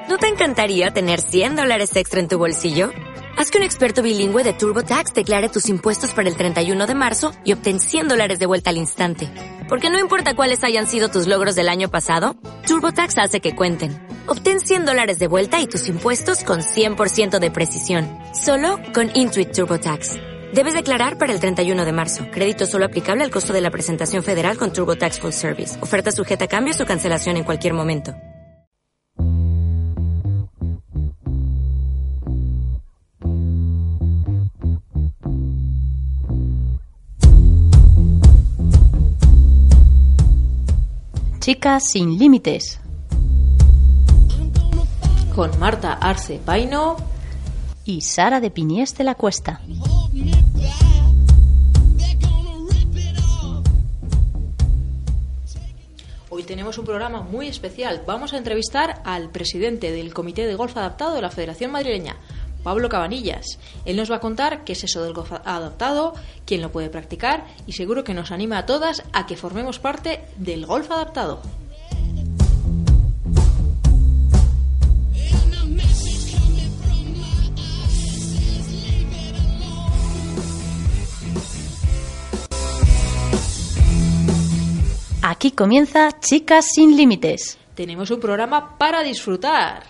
¿No te encantaría tener $100 extra en tu bolsillo? Haz que un experto bilingüe de TurboTax declare tus impuestos para el 31 de marzo y obtén $100 de vuelta al instante. Porque no importa cuáles hayan sido tus logros del año pasado, TurboTax hace que cuenten. Obtén $100 de vuelta y tus impuestos con 100% de precisión. Solo con Intuit TurboTax. Debes declarar para el 31 de marzo. Crédito solo aplicable al costo de la presentación federal con TurboTax Full Service. Oferta sujeta a cambios o cancelación en cualquier momento. Chicas sin límites. Con Marta Arce Paino y Sara de Piniés de la Cuesta. Hoy tenemos un programa muy especial. Vamos a entrevistar al presidente del Comité de Golf Adaptado de la Federación Madrileña, Pablo Cabanillas. Él nos va a contar qué es eso del golf adaptado, quién lo puede practicar y seguro que nos anima a todas a que formemos parte del golf adaptado. Aquí comienza Chicas sin límites. Tenemos un programa para disfrutar.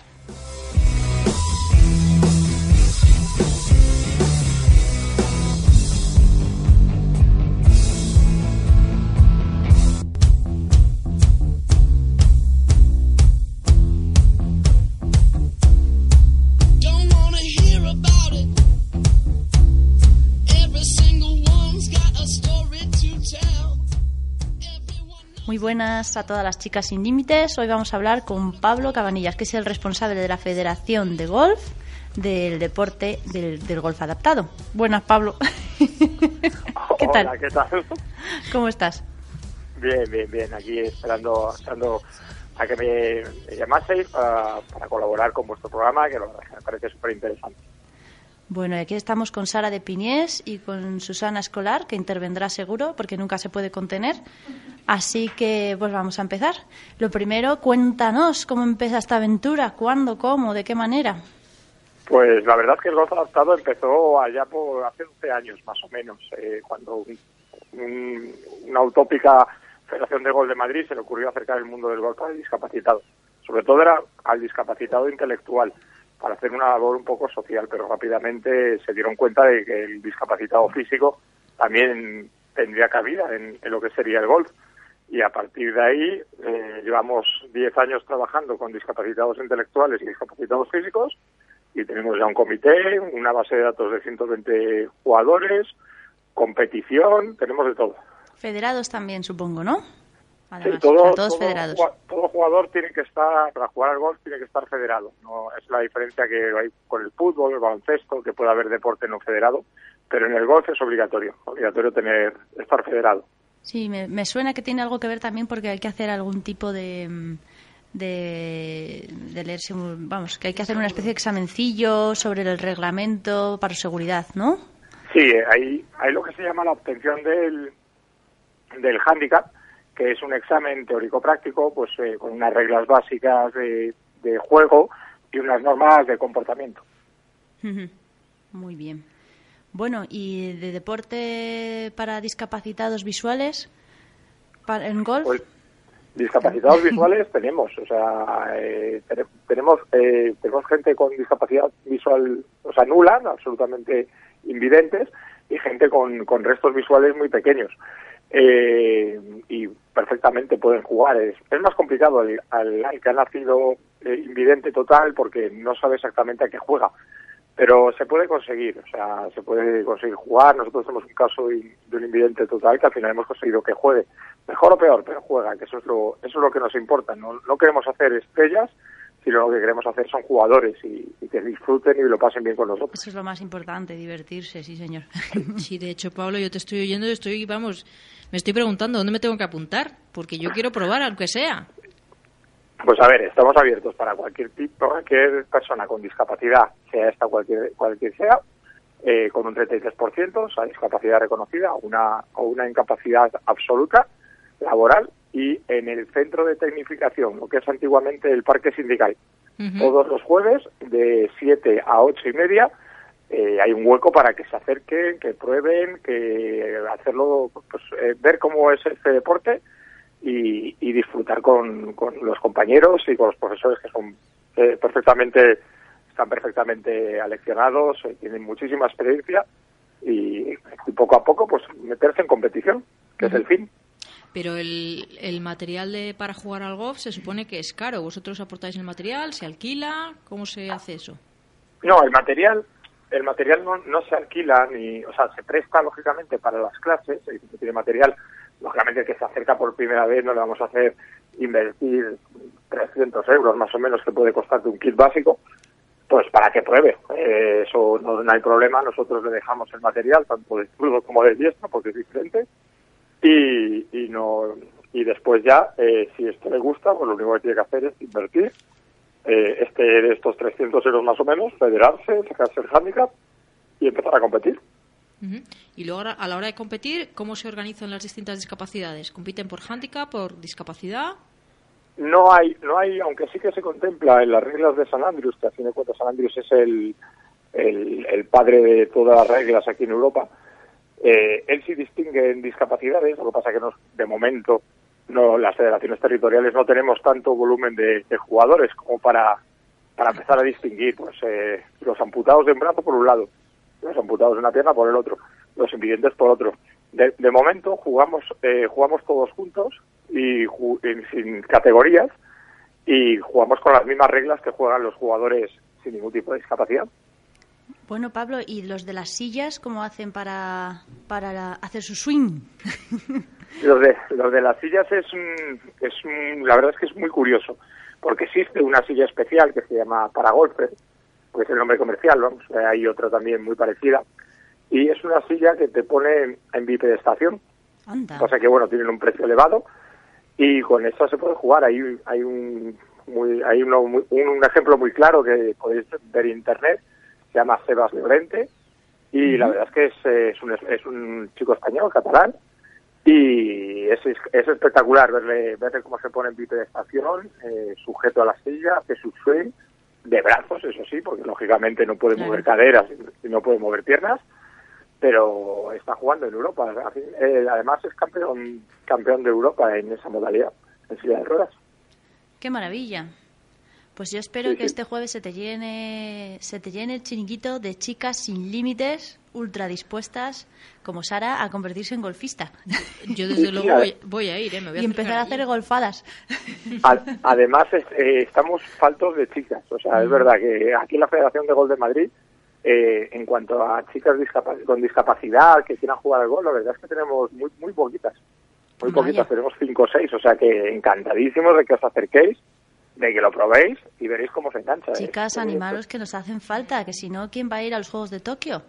Muy buenas a todas las chicas sin límites. Hoy vamos a hablar con Pablo Cabanillas, que es el responsable de la Federación de Golf del deporte del golf adaptado. Buenas, Pablo. ¿Qué tal? Hola, ¿qué tal? ¿Cómo estás? Bien. Aquí esperando a que me llamaseis para colaborar con vuestro programa, que me parece súper interesante. Bueno, aquí estamos con Sara de Piniés y con Susana Escolar, que intervendrá seguro, porque nunca se puede contener. Así que, pues vamos a empezar. Lo primero, cuéntanos cómo empieza esta aventura, cuándo, cómo, de qué manera. Pues la verdad es que el golf adaptado empezó allá por hace 11 años, más o menos, cuando una utópica Federación de Golf de Madrid se le ocurrió acercar el mundo del golf al discapacitado. Sobre todo era al discapacitado intelectual, para hacer una labor un poco social, pero rápidamente se dieron cuenta de que el discapacitado físico también tendría cabida en lo que sería el golf. Y a partir de ahí llevamos 10 años trabajando con discapacitados intelectuales y discapacitados físicos y tenemos ya un comité, una base de datos de 120 jugadores, competición, tenemos de todo. Federados también, supongo, ¿no? Además, sí, todos federados. Todo jugador tiene que estar, para jugar al golf, tiene que estar federado. No es la diferencia que hay con el fútbol, el baloncesto, que puede haber deporte no federado, pero en el golf es obligatorio estar federado. Sí, me suena que tiene algo que ver también porque hay que hacer algún tipo de leerse, vamos, que hay que hacer una especie de examencillo sobre el reglamento para seguridad, ¿no? Sí, hay lo que se llama la obtención del handicap, que es un examen teórico-práctico, pues con unas reglas básicas de juego y unas normas de comportamiento. Muy bien. Bueno, ¿y de deporte para discapacitados visuales en golf? Pues discapacitados visuales tenemos, o sea, tenemos gente con discapacidad visual, o sea, nula, absolutamente invidentes, y gente con restos visuales muy pequeños. Y perfectamente pueden jugar. Es más complicado al que ha nacido invidente total porque no sabe exactamente a qué juega, pero se puede conseguir, o sea, se puede conseguir jugar. Nosotros tenemos un caso de un invidente total que al final hemos conseguido que juegue, mejor o peor, pero juega, que eso es lo que nos importa. No queremos hacer estrellas, sino lo que queremos hacer son jugadores y que disfruten y lo pasen bien con nosotros. Eso es lo más importante, divertirse, sí señor. Sí, de hecho, Pablo, yo te estoy oyendo y me estoy preguntando dónde me tengo que apuntar, porque yo quiero probar, aunque sea. Pues a ver, estamos abiertos para cualquier persona con discapacidad, sea esta cualquier sea, con un 33%, o sea, discapacidad reconocida o una incapacidad absoluta laboral, y en el centro de tecnificación, lo que es antiguamente el parque sindical, Todos los jueves, de 7 a 8:30, hay un hueco para que se acerquen, que prueben, que hacerlo, pues, ver cómo es este deporte y disfrutar con los compañeros y con los profesores que son están perfectamente aleccionados, tienen muchísima experiencia y poco a poco pues meterse en competición, que es el fin. Pero el material para jugar al golf se supone que es caro. ¿Vosotros aportáis el material? ¿Se alquila? ¿Cómo se hace eso? No, el material no se alquila, se presta lógicamente para las clases. Si tiene material, lógicamente, que se acerca por primera vez, no le vamos a hacer invertir 300 euros más o menos que puede costarte un kit básico, pues para que pruebe. Eso no hay problema. Nosotros le dejamos el material tanto de zurdo como de diestro, porque es diferente. Y después ya, si esto le gusta, pues lo único que tiene que hacer es invertir de estos 300 euros más o menos, federarse, sacarse el handicap y empezar a competir. Y luego, a la hora de competir, ¿cómo se organizan las distintas discapacidades? ¿Compiten por handicap, por discapacidad? No hay, aunque sí que se contempla en las reglas de St. Andrews, que a fin de cuentas St. Andrews es el padre de todas las reglas aquí en Europa. Él sí distingue en discapacidades, lo que pasa que de momento las federaciones territoriales no tenemos tanto volumen de jugadores como para empezar a distinguir pues los amputados de un brazo por un lado, los amputados de una pierna por el otro, los invidentes por otro. De momento jugamos todos juntos y sin categorías, y jugamos con las mismas reglas que juegan los jugadores sin ningún tipo de discapacidad. Bueno, Pablo, ¿y los de las sillas cómo hacen para hacer su swing? Los de las sillas la verdad es que es muy curioso, porque existe una silla especial que se llama para golfer, pues es el nombre comercial, vamos, hay otra también muy parecida, y es una silla que te pone en bipedestación. Anda. Pasa que bueno, tienen un precio elevado y con esta se puede jugar. Hay un ejemplo muy claro que podéis ver en internet. Se llama Sebas Llorente y la verdad es que es un chico español, catalán, y es espectacular verle cómo se pone en bipedestación, sujeto a la silla, hace su swing de brazos, eso sí, porque lógicamente no puede mover caderas y no puede mover piernas, pero está jugando en Europa. Además es campeón de Europa en esa modalidad, en silla de ruedas. ¡Qué maravilla! Pues yo espero que este jueves se te llene el chiringuito de chicas sin límites, ultra dispuestas, como Sara, a convertirse en golfista. Yo desde luego voy a ir, me voy a y empezar a hacer golfadas. Además, estamos faltos de chicas. O sea, es verdad que aquí en la Federación de Golf de Madrid, en cuanto a chicas con discapacidad que quieran jugar al golf, la verdad es que tenemos muy poquitas. Muy poquitas, tenemos 5 o 6. O sea que encantadísimos de que os acerquéis, de que lo probéis y veréis cómo se engancha. Chicas, animaros que nos hacen falta, que si no, ¿quién va a ir a los Juegos de Tokio?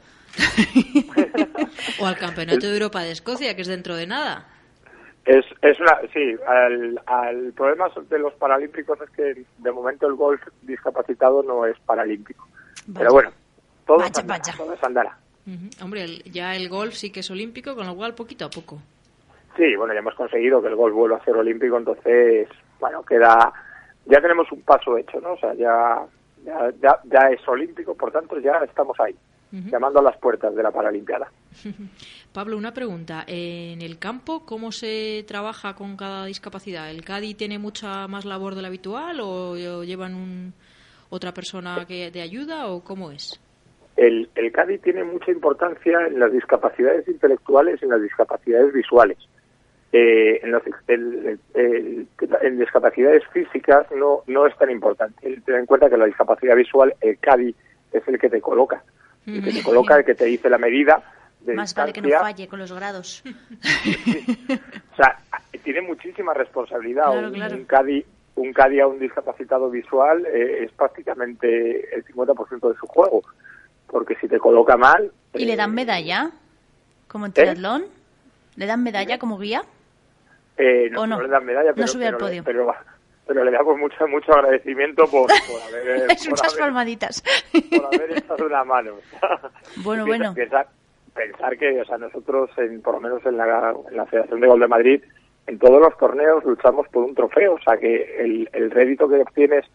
O al Campeonato de Europa de Escocia, que es dentro de nada. El problema de los paralímpicos es que de momento el golf discapacitado no es paralímpico. Vaya. Pero bueno, todo andará. Hombre, ya el golf sí que es olímpico, con lo cual poquito a poco. Sí, bueno, ya hemos conseguido que el golf vuelva a ser olímpico, entonces, bueno, ya tenemos un paso hecho, ¿no? O sea, ya es olímpico, por tanto ya estamos ahí, llamando a las puertas de la Paralimpiada. Pablo, una pregunta. En el campo, ¿cómo se trabaja con cada discapacidad? ¿El Caddy tiene mucha más labor de la habitual o llevan otra persona de ayuda o cómo es? El Caddy tiene mucha importancia en las discapacidades intelectuales y en las discapacidades visuales. En discapacidades físicas no es tan importante. Ten en cuenta que la discapacidad visual, el Caddy es el que te coloca. El que te coloca, el que te dice la medida de más distancia. Vale que no falle con los grados. O sea, tiene muchísima responsabilidad. Claro. Un Caddy a un discapacitado visual es prácticamente el 50% de su juego. Porque si te coloca mal... ¿Y le dan medalla? ¿Como en triatlón? ¿Le dan medalla como guía? No le dan medalla, pero, no sube al podio. Pero le damos mucho agradecimiento por haber... Es muchas palmaditas. Por haber echado una mano. Bueno. Pensar que, o sea, nosotros, por lo menos en la Federación de Golf de Madrid, en todos los torneos luchamos por un trofeo. O sea, que el rédito que obtienes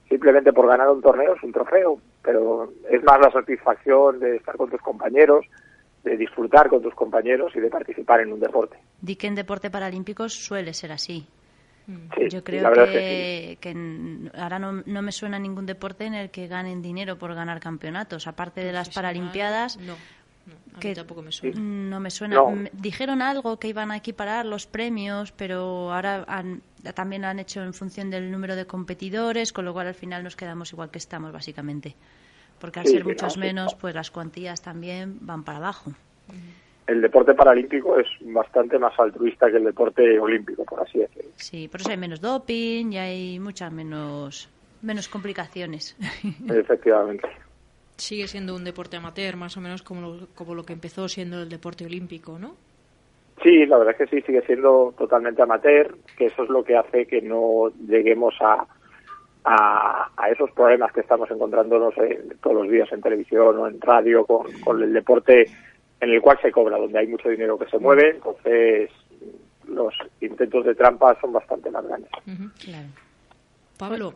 simplemente por ganar un torneo es un trofeo, pero es más la satisfacción de estar con tus compañeros, de disfrutar con tus compañeros y de participar en un deporte. Di que en deporte paralímpico suele ser así. Sí, yo creo la verdad que, es que ahora no me suena ningún deporte en el que ganen dinero por ganar campeonatos, aparte de las Paralimpiadas. No, a mí que tampoco me suena. No me suena. No. Dijeron algo que iban a equiparar los premios, pero ahora también lo han hecho en función del número de competidores, con lo cual al final nos quedamos igual que estamos, básicamente. Porque al Sí, ser sí, muchos no, menos, sí. pues las cuantías también van para abajo. El deporte paralímpico es bastante más altruista que el deporte olímpico, por así decirlo. Sí, por eso hay menos doping y hay muchas menos complicaciones. Efectivamente. Sigue siendo un deporte amateur, más o menos como lo que empezó siendo el deporte olímpico, ¿no? Sí, la verdad es que sí, sigue siendo totalmente amateur, que eso es lo que hace que no lleguemos a esos problemas que estamos encontrándonos todos los días en televisión o en radio con el deporte en el cual se cobra, donde hay mucho dinero que se mueve, entonces los intentos de trampa son bastante más grandes. Claro. Pablo,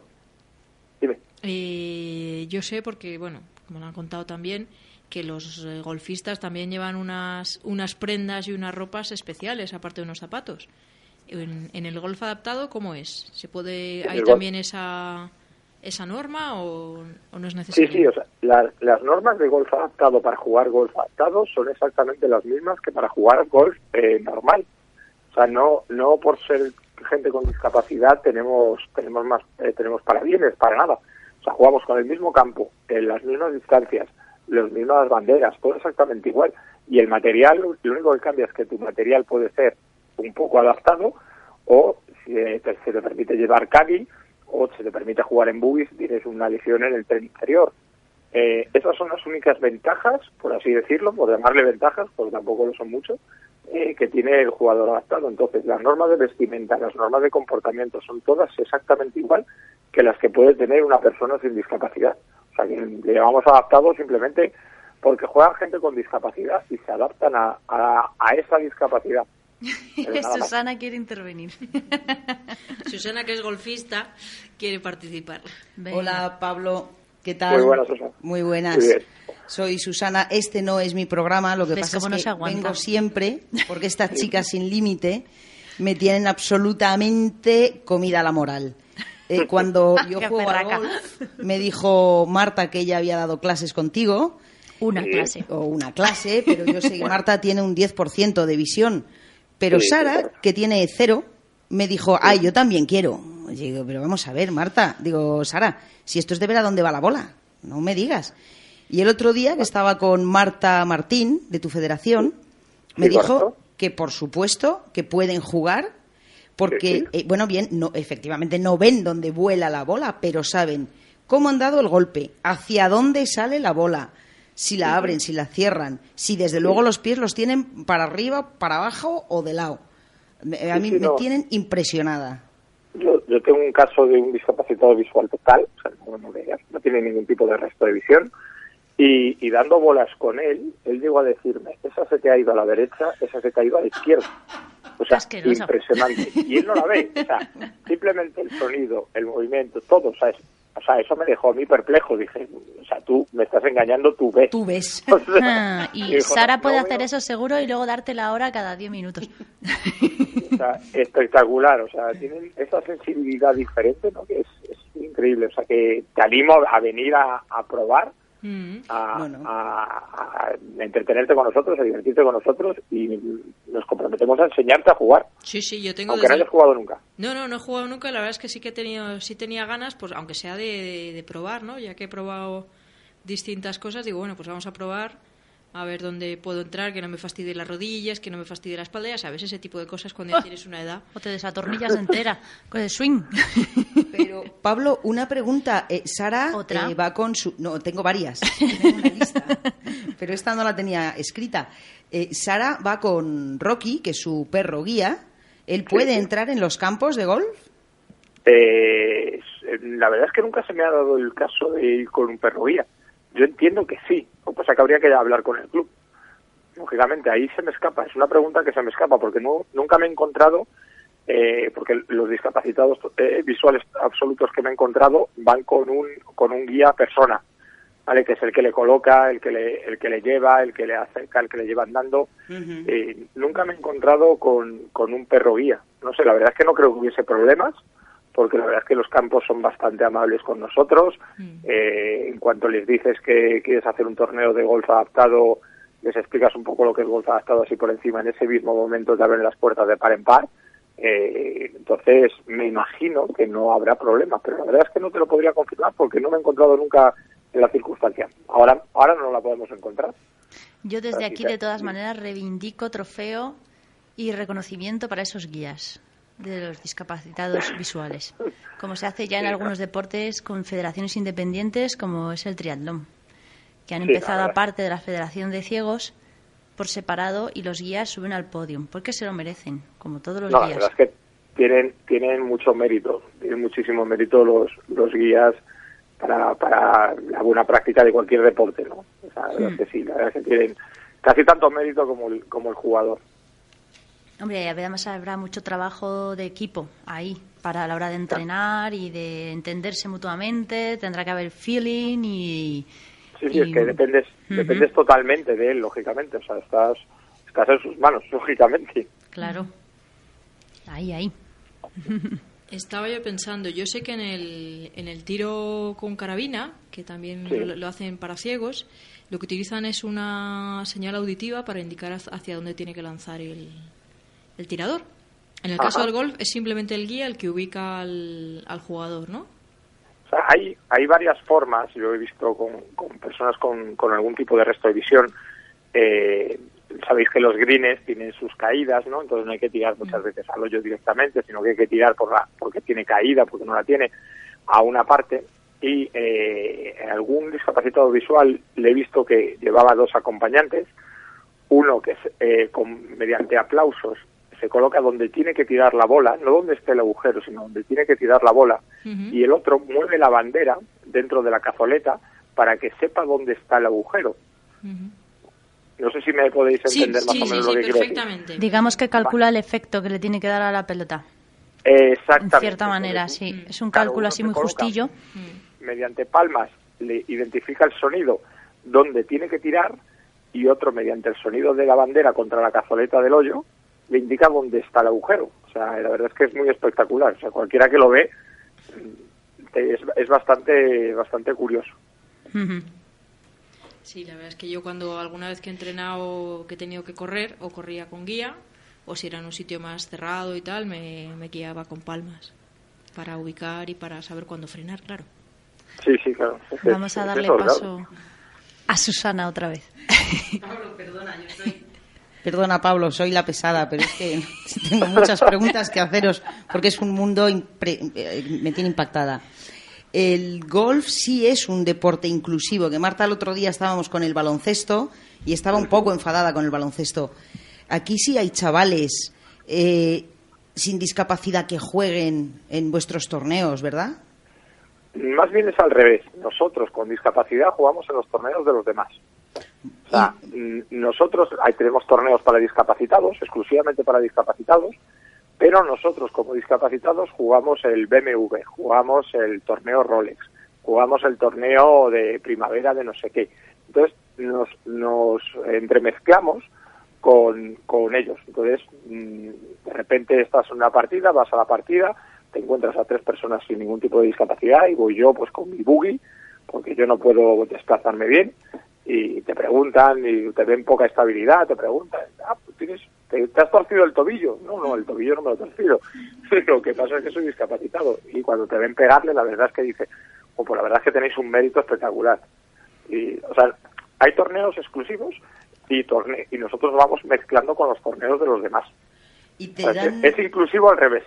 Dime. yo sé porque, bueno, como lo han contado también, que los golfistas también llevan unas prendas y unas ropas especiales, aparte de unos zapatos. En el golf adaptado, ¿cómo es? ¿Se puede hay también esa norma o no es necesario? Sí, o sea, las normas de golf adaptado para jugar golf adaptado son exactamente las mismas que para jugar golf normal. O sea, no por ser gente con discapacidad tenemos parabienes, para nada. O sea, jugamos con el mismo campo, en las mismas distancias, las mismas banderas, todo exactamente igual. Y el material, lo único que cambia es que tu material puede ser un poco adaptado o si se te permite llevar caddy o se te permite jugar en buggy si tienes una lesión en el tren inferior. Esas son las únicas ventajas, por así decirlo, por llamarle ventajas, porque tampoco lo son mucho, que tiene el jugador adaptado. Entonces, las normas de vestimenta, las normas de comportamiento son todas exactamente igual que las que puede tener una persona sin discapacidad. O sea, que le llamamos adaptado simplemente porque juegan gente con discapacidad y se adaptan a esa discapacidad. Susana quiere intervenir. Susana, que es golfista, quiere participar. Venga. Hola, Pablo. ¿Qué tal? Muy buenas, Susana. Muy buenas. Muy bien. Soy Susana. Este no es mi programa. Lo que ¿Ves pasa cómo no es se que aguanta? vengo siempre porque estas chicas sin límite me tienen absolutamente comida a la moral. Cuando yo Qué juego perraca. al golf, me dijo Marta que ella había dado clases contigo. Una clase. O una clase, pero yo sé que Marta tiene un 10% de visión. Pero Sí, Sara, claro. que tiene 0, me dijo, ay, yo también quiero. Y digo, pero vamos a ver, Marta. Digo, Sara, si esto es de ver a dónde va la bola, no me digas. Y el otro día, que estaba con Marta Martín, de tu federación, me dijo correcto. que, por supuesto, que pueden jugar, porque, Sí. bueno, bien, no, efectivamente no ven dónde vuela la bola, pero saben cómo han dado el golpe, hacia dónde sale la bola, si la abren, si la cierran, si desde luego los pies los tienen para arriba, para abajo o de lado. A mí Sí, me no. tienen impresionada. Yo tengo un caso de un discapacitado visual total, o sea, no tiene ningún tipo de resto de visión, y dando bolas con él llegó a decirme, esa se te ha ido a la derecha, esa se te ha ido a la izquierda. O sea, Asqueroso. impresionante. Y él no la ve, o sea, simplemente el sonido, el movimiento, todo, o sea, eso me dejó a mí perplejo. Dije, o sea, tú me estás engañando, tú ves. Tú ves. O sea, Ah, y dijo, Sara no, puede no hacer veo. eso seguro y luego darte la hora cada 10 minutos. O sea, espectacular, o sea, tienen esa sensibilidad diferente, ¿no? Que es increíble, o sea, que te animo a venir a probar, a entretenerte con nosotros, a divertirte con nosotros y nos comprometemos a enseñarte a jugar, Sí, yo tengo aunque no hayas jugado nunca. No he jugado nunca. La verdad es que sí tenía ganas, pues aunque sea de probar, ¿no? Ya que he probado distintas cosas, digo, bueno, pues vamos a probar a ver dónde puedo entrar, que no me fastidie las rodillas, que no me fastidie la espalda, ya sabes, ese tipo de cosas cuando ya tienes una edad. O te desatornillas entera con el swing. Pero, Pablo, una pregunta. Sara ¿Otra? va con su... No, tengo varias. Tengo una lista. Pero esta no la tenía escrita. Sara va con Rocky, que es su perro guía. ¿Él puede Sí. entrar en los campos de golf? La verdad es que nunca se me ha dado el caso de ir con un perro guía. Yo entiendo que sí, o sea que habría que hablar con el club. Lógicamente, ahí se me escapa, es una pregunta que se me escapa, porque nunca me he encontrado porque los discapacitados visuales absolutos que me he encontrado van con un guía persona, ¿vale? Que es el que le coloca, el que le lleva, el que le acerca, el que le lleva andando. Nunca me he encontrado con un perro guía. No sé, la verdad es que no creo que hubiese problemas, porque la verdad es que los campos son bastante amables con nosotros. En cuanto les dices que quieres hacer un torneo de golf adaptado, les explicas un poco lo que es golf adaptado así por encima, en ese mismo momento te abren las puertas de par en par. Entonces me imagino que no habrá problemas, pero la verdad es que no te lo podría confirmar porque no me he encontrado nunca en la circunstancia. Ahora no la podemos encontrar. Yo desde aquí, de todas maneras, reivindico trofeo y reconocimiento para esos guías de los discapacitados visuales, como se hace ya en algunos deportes con federaciones independientes, como es el triatlón, que han empezado aparte de la Federación de Ciegos por separado, y los guías suben al podio porque se lo merecen, como todos los guías. La verdad es que tienen mucho mérito, tienen muchísimo mérito los guías para la buena práctica de cualquier deporte, ¿no? O sea, la verdad es que sí, la verdad es que tienen casi tanto mérito como el jugador. Hombre, y además habrá mucho trabajo de equipo ahí, para la hora de entrenar y de entenderse mutuamente, tendrá que haber feeling y... Sí, es que dependes totalmente de él, lógicamente, o sea, estás en sus manos, lógicamente. Claro, ahí. Estaba yo pensando, yo sé que en el tiro con carabina, que también lo hacen para ciegos, lo que utilizan es una señal auditiva para indicar hacia dónde tiene que lanzar el tirador. En el caso del golf es simplemente el guía el que ubica al jugador, ¿no? O sea, hay varias formas. Yo he visto con personas con algún tipo de resto de visión. Sabéis que los greens tienen sus caídas, ¿no? Entonces no hay que tirar muchas veces al hoyo directamente, sino que hay que tirar porque tiene caída, porque no la tiene, a una parte. Y algún discapacitado visual le he visto que llevaba dos acompañantes. Uno que es mediante aplausos se coloca donde tiene que tirar la bola, no donde esté el agujero, sino donde tiene que tirar la bola, y el otro mueve la bandera dentro de la cazoleta para que sepa dónde está el agujero. No sé si me podéis entender más o menos lo que quiero decir. Digamos que calcula el efecto que le tiene que dar a la pelota. Exactamente. En cierta manera, sí. Es un cálculo así muy justillo. Mediante palmas le identifica el sonido donde tiene que tirar, y otro mediante el sonido de la bandera contra la cazoleta del hoyo le indica dónde está el agujero. O sea, la verdad es que es muy espectacular. O sea, cualquiera que lo ve es bastante curioso. Sí, la verdad es que yo cuando alguna vez que he entrenado, que he tenido que correr, o corría con guía, o si era en un sitio más cerrado y tal, me guiaba con palmas para ubicar y para saber cuándo frenar, claro. Sí, claro. Vamos a darle paso a Susana otra vez. Pablo, Perdona, Pablo, soy la pesada, pero es que tengo muchas preguntas que haceros porque es un mundo me tiene impactada. El golf sí es un deporte inclusivo, que Marta el otro día estábamos con el baloncesto y estaba un poco enfadada con el baloncesto. Aquí sí hay chavales sin discapacidad que jueguen en vuestros torneos, ¿verdad? Más bien es al revés. Nosotros con discapacidad jugamos en los torneos de los demás. O sea, nosotros tenemos torneos para discapacitados, exclusivamente para discapacitados, pero nosotros como discapacitados jugamos el BMW, jugamos el torneo Rolex, jugamos el torneo de primavera de no sé qué. Entonces nos entremezclamos con ellos. Entonces, de repente estás en una partida, vas a la partida, te encuentras a 3 personas sin ningún tipo de discapacidad y voy yo pues con mi buggy, porque yo no puedo desplazarme bien, y te preguntan y te ven poca estabilidad, te preguntan, pues ¿te has torcido el tobillo? No, el tobillo no me lo he torcido. Lo que pasa es que soy discapacitado. Y cuando te ven pegarle, la verdad es que dice, pues la verdad es que tenéis un mérito espectacular. Y, o sea, hay torneos exclusivos y nosotros vamos mezclando con los torneos de los demás. Y te dan... Es inclusivo al revés.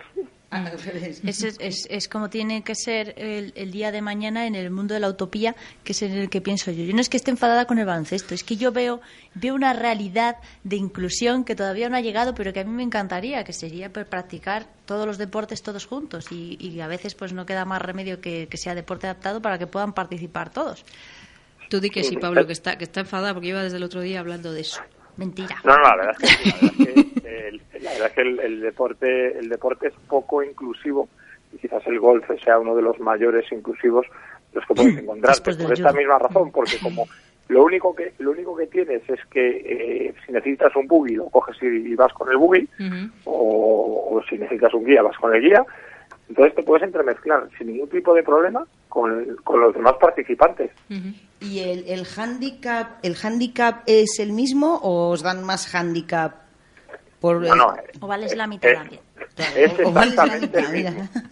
Es como tiene que ser el día de mañana en el mundo de la utopía, que es en el que pienso yo. Yo no es que esté enfadada con el baloncesto, es que yo veo una realidad de inclusión que todavía no ha llegado, pero que a mí me encantaría, que sería practicar todos los deportes todos juntos, y a veces pues no queda más remedio que sea deporte adaptado para que puedan participar todos. Tú di que sí, Pablo, que está enfadada porque iba desde el otro día hablando de eso. Mentira. No, la verdad es que la verdad es que el deporte es poco inclusivo y quizás el golf sea uno de los mayores inclusivos los que puedes encontrar por esta misma razón, porque como lo único que tienes es que si necesitas un buggy lo coges y vas con el buggy, o si necesitas un guía vas con el guía, entonces te puedes entremezclar sin ningún tipo de problema con los demás participantes. ¿Y el handicap es el mismo o os dan más handicap? O vales la mitad también. O vales la mitad, mira.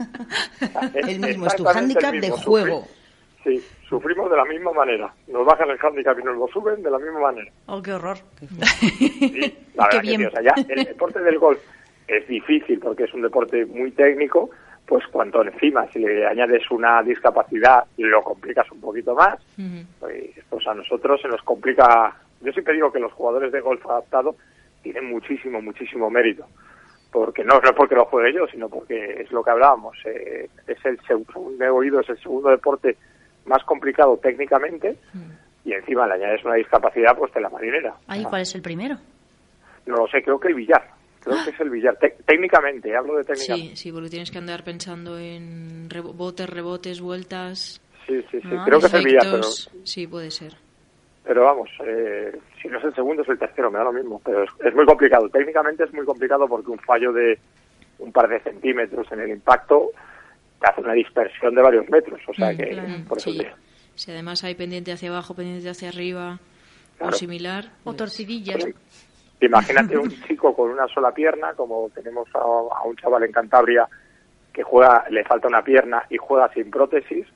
El mismo, es tu handicap de juego. Sí, sufrimos de la misma manera. Nos bajan el handicap y nos lo suben de la misma manera. ¡Oh, qué horror! Sí, la verdad que sí, o sea, ya el deporte del golf es difícil porque es un deporte muy técnico, pues cuanto encima si le añades una discapacidad lo complicas un poquito más, pues a nosotros se nos complica. Yo siempre digo que los jugadores de golf adaptado tienen muchísimo mérito, porque no es porque lo juegue yo, sino porque es lo que hablábamos, es el segundo deporte más complicado técnicamente, y encima le añades una discapacidad, pues te la marinera. ¿Cuál es el primero? No lo sé, creo que el billar. Creo que es el billar. Técnicamente, hablo de técnicamente. Sí, porque tienes que andar pensando en rebotes, vueltas. Sí, creo que es el billar, pero... Sí, puede ser. Pero vamos, si no es el segundo, es el tercero, me da lo mismo. Pero es muy complicado. Técnicamente es muy complicado porque un fallo de un par de centímetros en el impacto te hace una dispersión de varios metros. O sea que, claro, por eso si además hay pendiente hacia abajo, pendiente hacia arriba, claro, o similar. O torcidillas. Pues, imagínate un chico con una sola pierna, como tenemos a un chaval en Cantabria que le falta una pierna y juega sin prótesis,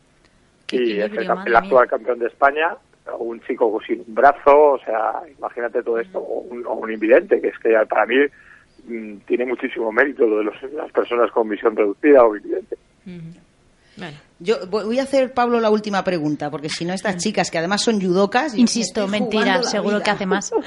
y es el actual campeón de España, o un chico sin un brazo, o sea, imagínate todo esto, o un invidente, que es que para mí tiene muchísimo mérito lo de las personas con visión reducida o invidente. Vale. Yo voy a hacer, Pablo, la última pregunta, porque si no estas chicas, que además son judocas... Insisto, mentira, seguro que hace más.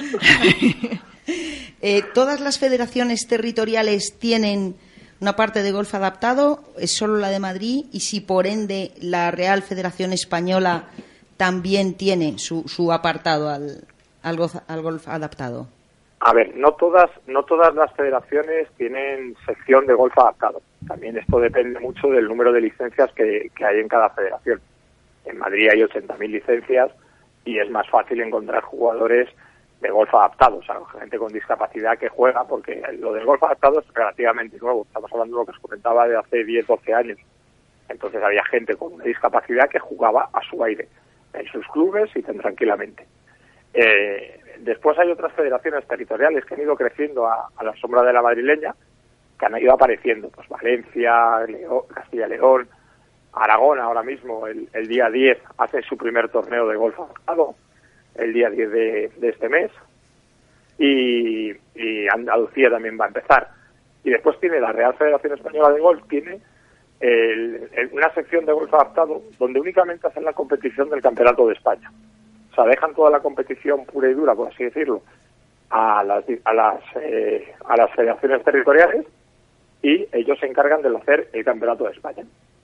¿Todas las federaciones territoriales tienen una parte de golf adaptado? ¿Es solo la de Madrid? Y si por ende la Real Federación Española también tiene su apartado al golf adaptado. A ver, no todas las federaciones tienen sección de golf adaptado. También esto depende mucho del número de licencias que hay en cada federación. En Madrid hay 80.000 licencias y es más fácil encontrar jugadores de golf adaptado, o sea, gente con discapacidad que juega, porque lo del golf adaptado es relativamente nuevo. Estamos hablando de lo que os comentaba de hace 10, 12 años. Entonces había gente con una discapacidad que jugaba a su aire, en sus clubes y tan tranquilamente. Después hay otras federaciones territoriales que han ido creciendo a la sombra de la madrileña, que han ido apareciendo, pues Valencia, Castilla y León, Aragón ahora mismo, el día 10 hace su primer torneo de golf adaptado, el día 10 de este mes, y Andalucía también va a empezar. Y después tiene la Real Federación Española de Golf, tiene una sección de golf adaptado donde únicamente hacen la competición del Campeonato de España. O sea, dejan toda la competición pura y dura, por así decirlo, a las federaciones territoriales, y ellos se encargan de hacer el Campeonato de España.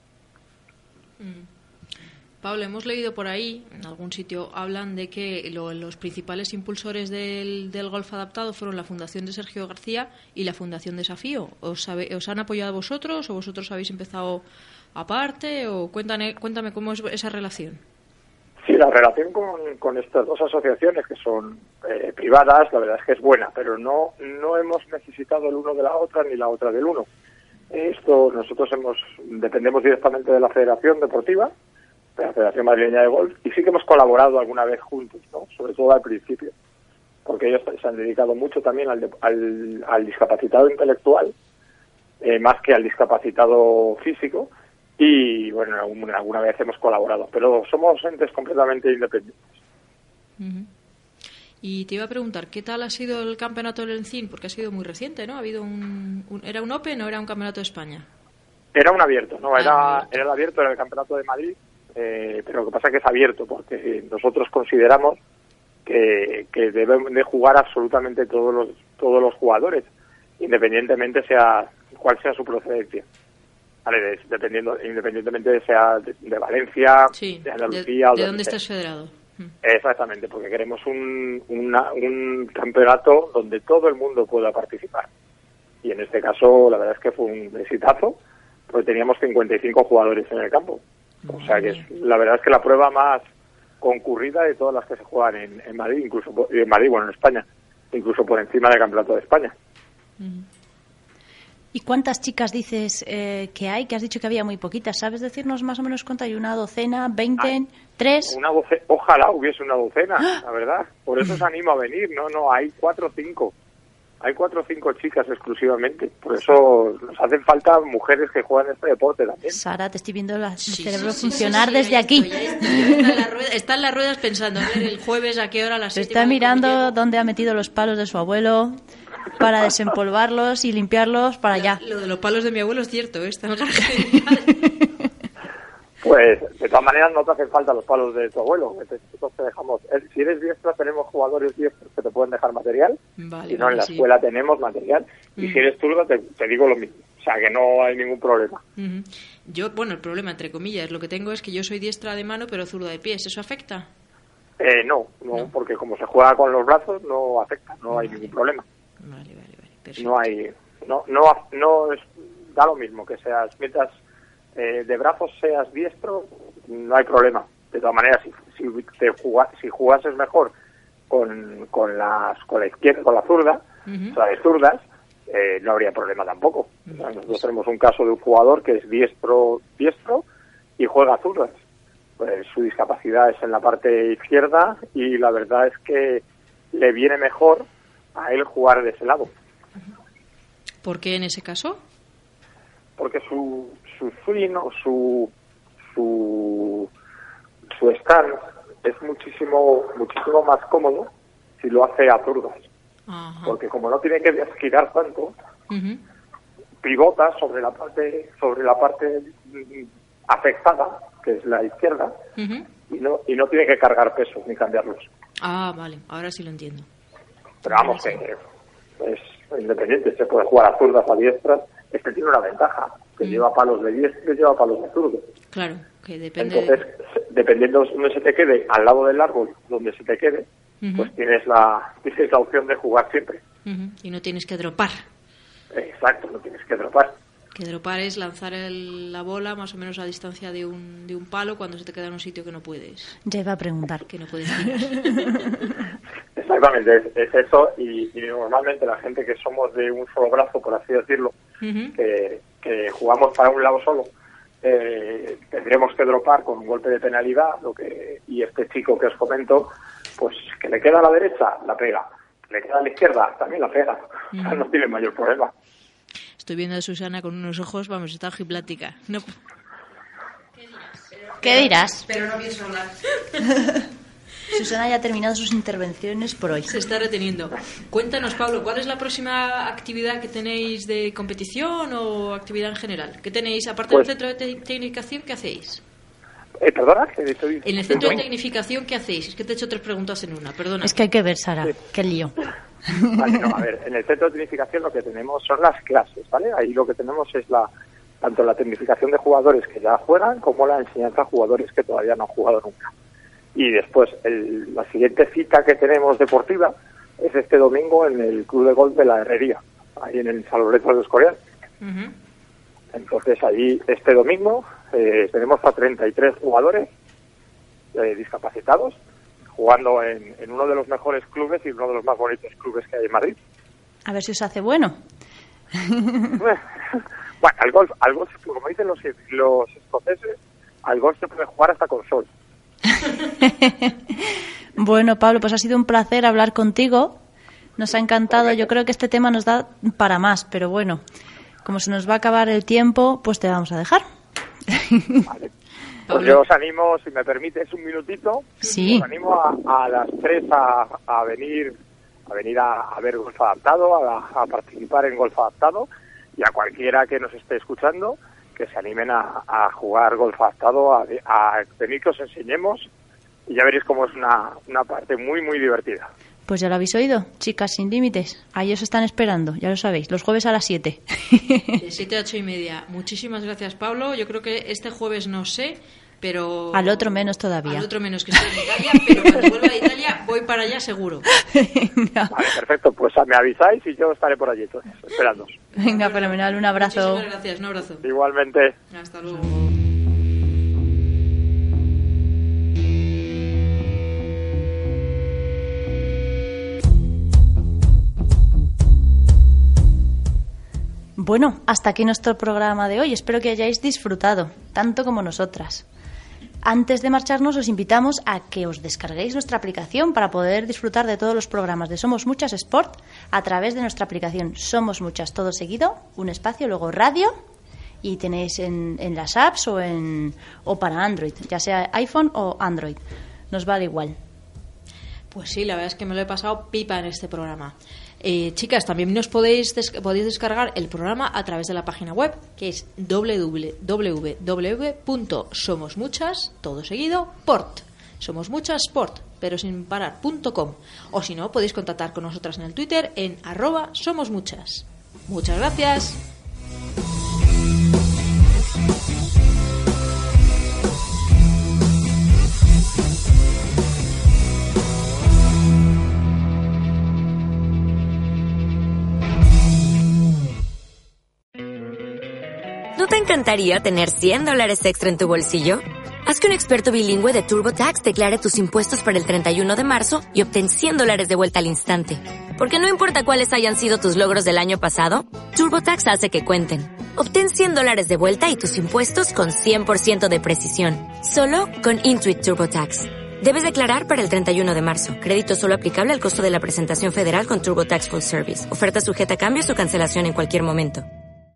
Pablo, hemos leído por ahí, en algún sitio, hablan de que los principales impulsores del golf adaptado fueron la Fundación de Sergio García y la Fundación Desafío. ¿Os han apoyado a vosotros o vosotros habéis empezado aparte? O cuéntame cómo es esa relación. Sí, la relación con estas dos asociaciones, que son privadas, la verdad es que es buena, pero no hemos necesitado el uno de la otra ni la otra del uno. Nosotros dependemos directamente de la Federación Deportiva, de la Federación Madrileña de Golf, y sí que hemos colaborado alguna vez juntos, ¿no? Sobre todo al principio, porque ellos se han dedicado mucho también al discapacitado intelectual, más que al discapacitado físico, y bueno, alguna vez hemos colaborado, pero somos entes completamente independientes. Y te iba a preguntar, ¿qué tal ha sido el campeonato del Encín? Porque ha sido muy reciente, ¿no? ¿Ha habido ¿Era un Open o era un campeonato de España? Era un abierto, ¿no? Era el abierto, era el campeonato de Madrid, pero lo que pasa es que es abierto, porque nosotros consideramos que deben de jugar absolutamente todos los jugadores, independientemente cuál sea su procedencia. Vale, independientemente sea de Valencia, sí, de Andalucía... ¿De dónde estás federado? Exactamente, porque queremos un campeonato donde todo el mundo pueda participar. Y en este caso, la verdad es que fue un exitazo, porque teníamos 55 jugadores en el campo. O sea que es, la verdad es que la prueba más concurrida de todas las que se juegan en Madrid, incluso en Madrid, bueno, en España, incluso por encima del Campeonato de España. ¿Y cuántas chicas dices que hay? Que has dicho que había muy poquitas. ¿Sabes decirnos más o menos cuánto hay? ¿Una docena? ¿20? ¿3? Ojalá hubiese una docena, la verdad. Por eso os animo a venir. No, hay 4 o 5. Hay 4 o 5 chicas exclusivamente. Por eso nos hacen falta mujeres que juegan este deporte también. Sara, te estoy viendo el cerebro funcionar desde aquí. Está en las ruedas pensando, a ver, el jueves a qué hora, a las 7. Está mirando dónde ha metido los palos de su abuelo para desempolvarlos y limpiarlos para allá. Lo de los palos de mi abuelo es cierto, está en el garaje. Pues, de todas maneras, no te hacen falta los palos de tu abuelo. Nosotros te dejamos. Si eres diestro, tenemos jugadores diestros que te pueden dejar material. Vale, si no, en la escuela tenemos material. Y si eres zurdo, te digo lo mismo. O sea, que no hay ningún problema. Yo, bueno, el problema, entre comillas, lo que tengo es que yo soy diestra de mano, pero zurda de pies. ¿Eso afecta? No, porque como se juega con los brazos, no afecta. No hay ningún problema. Vale. Perfecto. No es, da lo mismo que seas, mientras de brazos seas diestro, no hay problema. De todas maneras, si jugases mejor con la izquierda, con la zurda, o sea, de zurdas, no habría problema tampoco. O sea, nosotros tenemos un caso de un jugador que es diestro y juega zurdas. Pues su discapacidad es en la parte izquierda y la verdad es que le viene mejor a él jugar de ese lado. ¿Por qué en ese caso? Porque su swing o su stance es muchísimo más cómodo si lo hace a zurdas. Ajá. Porque como no tiene que desgirar tanto, pivota sobre la parte afectada, que es la izquierda, y no tiene que cargar pesos ni cambiarlos. Ah, vale, ahora sí lo entiendo. Pero vamos, que es independiente, se puede jugar a zurdas, a diestras. Este tiene una ventaja, que lleva palos de diestro y lleva palos de zurdo. Claro, que depende. Entonces, dependiendo de donde se te quede, al lado del árbol, donde se te quede, pues tienes la opción de jugar siempre. Y no tienes que dropar. Exacto, no tienes que dropar. Que dropar es lanzar la bola más o menos a distancia de un palo cuando se te queda en un sitio que no puedes. Ya iba a preguntar. Que no puedes tirar. Exactamente, es eso. Y normalmente la gente que somos de un solo brazo, por así decirlo, que jugamos para un lado solo, tendremos que dropar con un golpe de penalidad. Y este chico que os comento, pues que le queda a la derecha, la pega. Le queda a la izquierda, también la pega. O sea, no tiene mayor problema. Estoy viendo a Susana con unos ojos, vamos, está ojiplática. No. ¿Qué dirás? Pero no pienso hablar. Susana ya ha terminado sus intervenciones por hoy. Se está reteniendo. Cuéntanos, Pablo, ¿cuál es la próxima actividad que tenéis de competición o actividad en general? ¿Qué tenéis, aparte del centro de tecnificación, qué hacéis? ¿Perdona? En el centro de tecnificación, ¿qué hacéis? Es que te he hecho 3 preguntas en una, perdona. Es que hay que ver, Sara, sí. Qué lío. Vale, a ver, en el centro de tecnificación lo que tenemos son las clases, ¿vale? Ahí lo que tenemos es tanto la tecnificación de jugadores que ya juegan como la enseñanza a jugadores que todavía no han jugado nunca. Y después, la siguiente cita que tenemos deportiva es este domingo en el Club de Golf de la Herrería, ahí en el San Lorenzo de Escorial. Entonces, allí este domingo tenemos a 33 jugadores discapacitados, jugando en uno de los mejores clubes y uno de los más bonitos clubes que hay en Madrid. A ver si os hace bueno. Bueno, al golf, como dicen los escoceses, al golf se puede jugar hasta con sol. Bueno, Pablo, pues ha sido un placer hablar contigo. Nos ha encantado. Yo creo que este tema nos da para más, pero bueno, como se nos va a acabar el tiempo, pues te vamos a dejar. Vale. Pues yo os animo, si me permites un minutito, sí. Os animo a las 3 a venir a ver golf adaptado, a participar en golf adaptado, y a cualquiera que nos esté escuchando, que se animen a jugar golf adaptado, a venir que os enseñemos, y ya veréis cómo es una parte muy, muy divertida. Pues ya lo habéis oído, Chicas Sin Límites. Ahí os están esperando, ya lo sabéis, los jueves a las 7. De 7 a 8:30. Muchísimas gracias, Pablo. Yo creo que este jueves no sé, pero... Al otro menos todavía. Al otro menos, que estoy en Italia, pero cuando vuelva a Italia voy para allá seguro. Venga. Vale, perfecto, pues me avisáis y yo estaré por allí, entonces, esperando. Venga, fenomenal, un abrazo. Muchísimas gracias, un abrazo. Igualmente. Hasta luego. Bueno, hasta aquí nuestro programa de hoy. Espero que hayáis disfrutado, tanto como nosotras. Antes de marcharnos, os invitamos a que os descarguéis nuestra aplicación para poder disfrutar de todos los programas de Somos Muchas Sport a través de nuestra aplicación Somos Muchas, todo seguido, un espacio, luego radio, y tenéis en las apps o para Android, ya sea iPhone o Android. Nos vale igual. Pues sí, la verdad es que me lo he pasado pipa en este programa. Chicas, también nos podéis descargar el programa a través de la página web, que es www.somosmuchas, todo seguido, port. Somos Muchas Sport, pero sin parar, .com. O si no, podéis contactar con nosotras en el Twitter en @somosmuchas. Muchas gracias. ¿No te encantaría tener $100 extra en tu bolsillo? Haz que un experto bilingüe de TurboTax declare tus impuestos para el 31 de marzo y obtén $100 de vuelta al instante. Porque no importa cuáles hayan sido tus logros del año pasado, TurboTax hace que cuenten. Obtén $100 de vuelta y tus impuestos con 100% de precisión. Solo con Intuit TurboTax. Debes declarar para el 31 de marzo. Crédito solo aplicable al costo de la presentación federal con TurboTax Full Service. Oferta sujeta a cambios o cancelación en cualquier momento.